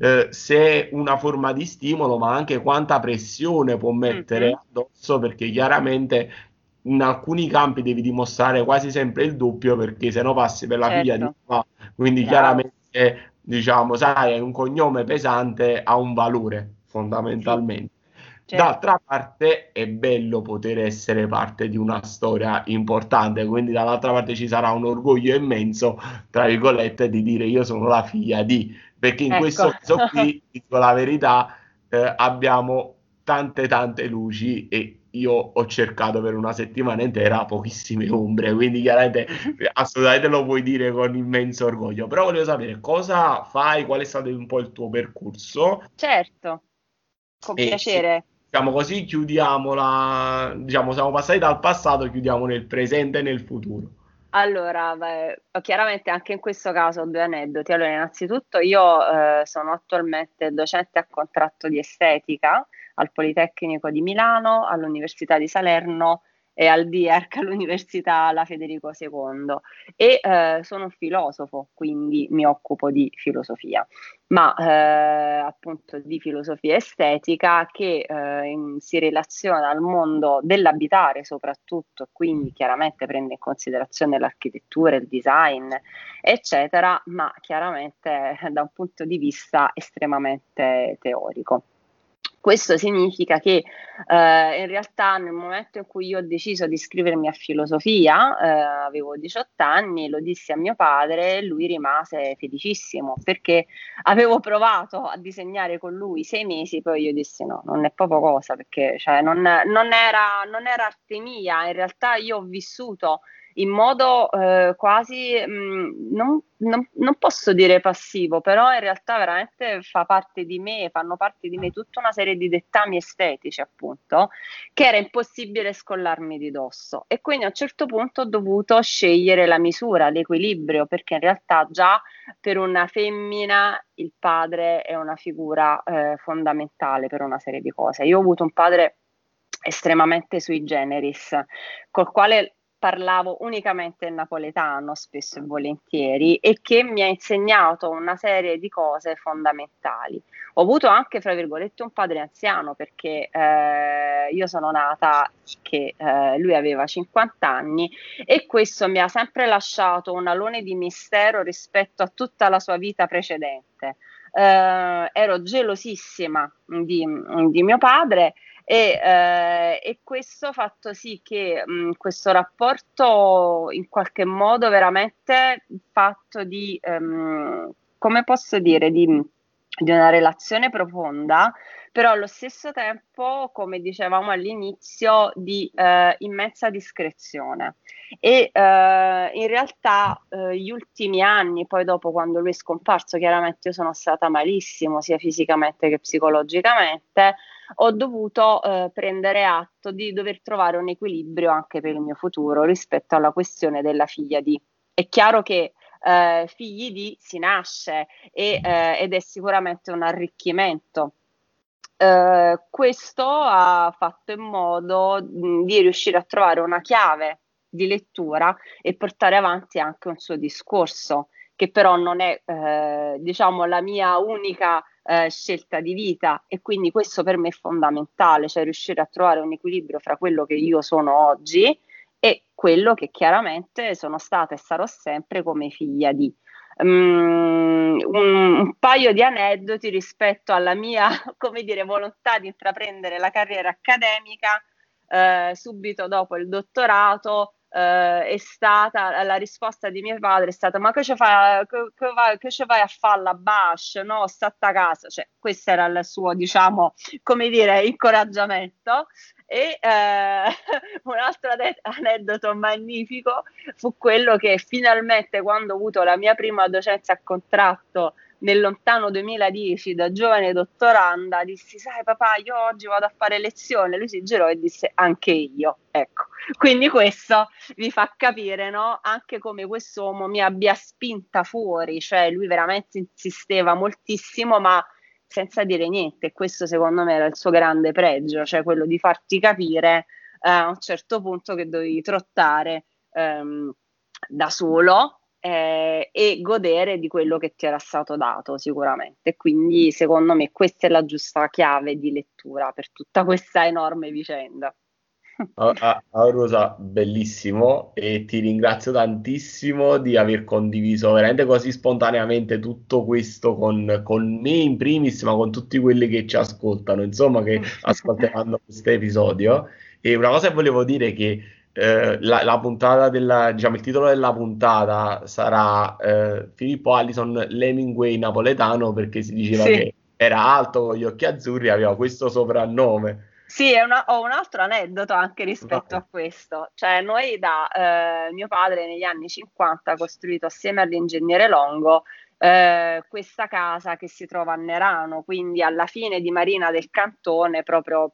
se è una forma di stimolo, ma anche quanta pressione può mettere Mhm, addosso, perché chiaramente in alcuni campi devi dimostrare quasi sempre il doppio, perché se no passi per la figlia di certo. papà quindi Bravo. chiaramente, diciamo, sai, un cognome pesante ha un valore, Sì, fondamentalmente. certo. D'altra parte è bello poter essere parte di una storia importante, quindi dall'altra parte ci sarà un orgoglio immenso, tra virgolette, di dire io sono la figlia di, perché in Ecco. questo caso qui, dico la verità, abbiamo tante luci e io ho cercato per una settimana intera pochissime ombre, quindi chiaramente assolutamente lo puoi dire con immenso orgoglio, però volevo sapere cosa fai, qual è stato un po' il tuo percorso Certo, con e se, piacere. diciamo così, chiudiamola, diciamo, siamo passati dal passato, chiudiamo nel presente e nel futuro. Allora, beh, chiaramente anche in questo caso ho due aneddoti. Allora, innanzitutto io sono attualmente docente a contratto di estetica al Politecnico di Milano, all'Università di Salerno e al DIERC all'Università La Federico II e sono un filosofo, quindi mi occupo di filosofia, ma appunto di filosofia estetica che si relaziona al mondo dell'abitare soprattutto, quindi chiaramente prende in considerazione l'architettura, il design, eccetera, ma chiaramente da un punto di vista estremamente teorico. Questo significa che in realtà nel momento in cui io ho deciso di iscrivermi a filosofia, avevo 18 anni, lo dissi a mio padre e lui rimase felicissimo perché avevo provato a disegnare con lui 6 mesi, poi io dissi no, non è proprio cosa perché cioè, non era arte mia, in realtà io ho vissuto in modo quasi, non posso dire passivo, però in realtà veramente fa parte di me, fanno parte di me tutta una serie di dettami estetici, appunto, che era impossibile scollarmi di dosso. E quindi a un certo punto ho dovuto scegliere la misura, l'equilibrio, perché in realtà già per una femmina il padre è una figura fondamentale per una serie di cose. Io ho avuto un padre estremamente sui generis, col quale parlavo unicamente in napoletano spesso e volentieri e che mi ha insegnato una serie di cose fondamentali. Ho avuto anche, fra virgolette, un padre anziano perché io sono nata che lui aveva 50 anni e questo mi ha sempre lasciato un alone di mistero rispetto a tutta la sua vita precedente. Ero gelosissima di mio padre e questo ha fatto sì che questo rapporto in qualche modo veramente fatto di, come posso dire, di una relazione profonda, però allo stesso tempo, come dicevamo all'inizio, di immensa discrezione. E in realtà gli ultimi anni, poi dopo quando lui è scomparso, chiaramente io sono stata malissimo sia fisicamente che psicologicamente, ho dovuto prendere atto di dover trovare un equilibrio anche per il mio futuro rispetto alla questione della figlia di. È chiaro che figli di si nasce ed è sicuramente un arricchimento. Questo ha fatto in modo di riuscire a trovare una chiave di lettura e portare avanti anche un suo discorso, che però non è, diciamo, la mia unica scelta di vita e quindi questo per me è fondamentale, cioè riuscire a trovare un equilibrio fra quello che io sono oggi e quello che chiaramente sono stata e sarò sempre come figlia di. Un paio di aneddoti rispetto alla mia, come dire, volontà di intraprendere la carriera accademica subito dopo il dottorato. È stata la risposta di mio padre è stata: ma che ci fai, che ci vai a fare la Bash? No, statta a casa. Cioè, questo era il suo, diciamo, come dire, incoraggiamento. E un altro aneddoto magnifico fu quello che finalmente, quando ho avuto la mia prima docenza a contratto nel lontano 2010 da giovane dottoranda, dissi: sai papà, io oggi vado a fare lezione. Lui si girò e disse: anche io. Ecco, quindi questo vi fa capire, no? Anche come quest'uomo mi abbia spinta fuori, cioè lui veramente insisteva moltissimo, ma senza dire niente. Questo secondo me era il suo grande pregio, cioè quello di farti capire a un certo punto che dovevi trottare da solo e godere di quello che ti era stato dato sicuramente. Quindi secondo me questa è la giusta chiave di lettura per tutta questa enorme vicenda. Rosa, bellissimo e ti ringrazio tantissimo di aver condiviso veramente così spontaneamente tutto questo con me in primis, ma con tutti quelli che ci ascoltano, insomma, che ascolteranno questo episodio. E una cosa che volevo dire è che la puntata diciamo, il titolo della puntata sarà Filippo Allison, l'Hemingway napoletano, perché si diceva Sì. che era alto con gli occhi azzurri, aveva questo soprannome. Sì, ho un altro aneddoto anche rispetto Vai. a questo. Cioè, noi mio padre negli anni 50 ha costruito assieme all'ingegnere Longo questa casa che si trova a Nerano, quindi alla fine di Marina del Cantone, proprio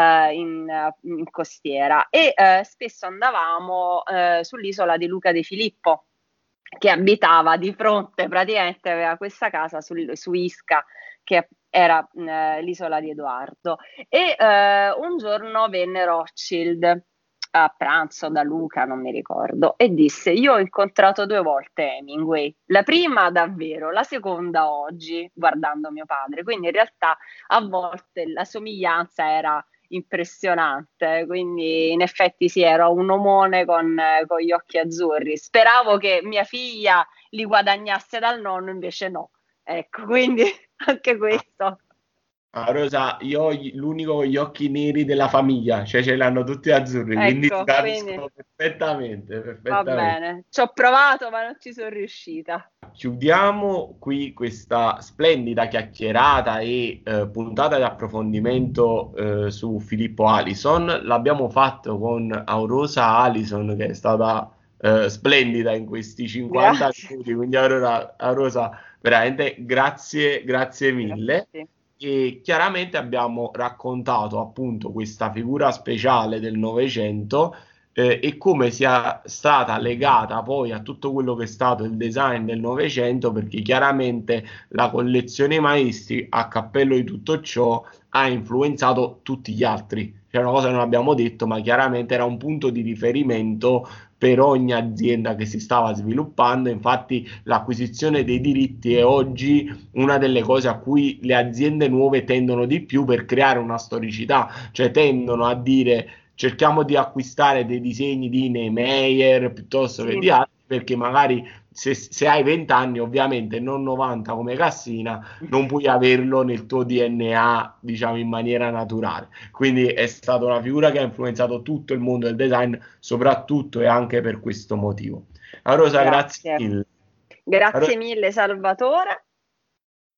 in costiera. E spesso andavamo sull'isola di Luca De Filippo, che abitava di fronte, praticamente aveva questa casa su Isca, che era l'isola di Edoardo. E un giorno venne Rothschild a pranzo da Luca, non mi ricordo, e disse: io ho incontrato 2 volte Hemingway, la prima davvero, la seconda oggi, guardando mio padre. Quindi in realtà a volte la somiglianza era impressionante, quindi in effetti sì, ero un omone con gli occhi azzurri. Speravo che mia figlia li guadagnasse dal nonno, invece no. Ecco, quindi anche questo. Ah, Rosa, io l'unico con gli occhi neri della famiglia, cioè ce l'hanno tutti azzurri, quindi ti Ecco, quindi capisco perfettamente, va perfettamente. bene. Ci ho provato, ma non ci sono riuscita. Chiudiamo qui questa splendida chiacchierata e puntata di approfondimento su Filippo Alison. L'abbiamo fatto con Aurosa Alison, che è stata splendida in questi 50 Grazie. minuti. Quindi, Aurosa, veramente grazie, grazie Grazie a mille. te. E chiaramente abbiamo raccontato appunto questa figura speciale del Novecento e come sia stata legata poi a tutto quello che è stato il design del Novecento, perché chiaramente la collezione Maestri, a cappello di tutto ciò, ha influenzato tutti gli altri. C'è una cosa che non abbiamo detto, ma chiaramente era un punto di riferimento per ogni azienda che si stava sviluppando. Infatti, l'acquisizione dei diritti è oggi una delle cose a cui le aziende nuove tendono di più per creare una storicità, cioè tendono a dire cerchiamo di acquistare dei disegni di Niemeyer piuttosto che Sì, di altri, perché magari se hai 20 anni, ovviamente non 90 come Cassina, non puoi averlo nel tuo DNA, diciamo, in maniera naturale. Quindi è stata una figura che ha influenzato tutto il mondo del design, soprattutto e anche per questo motivo. Rosa, grazie grazie. mille. Allora, Grazie mille, Salvatore.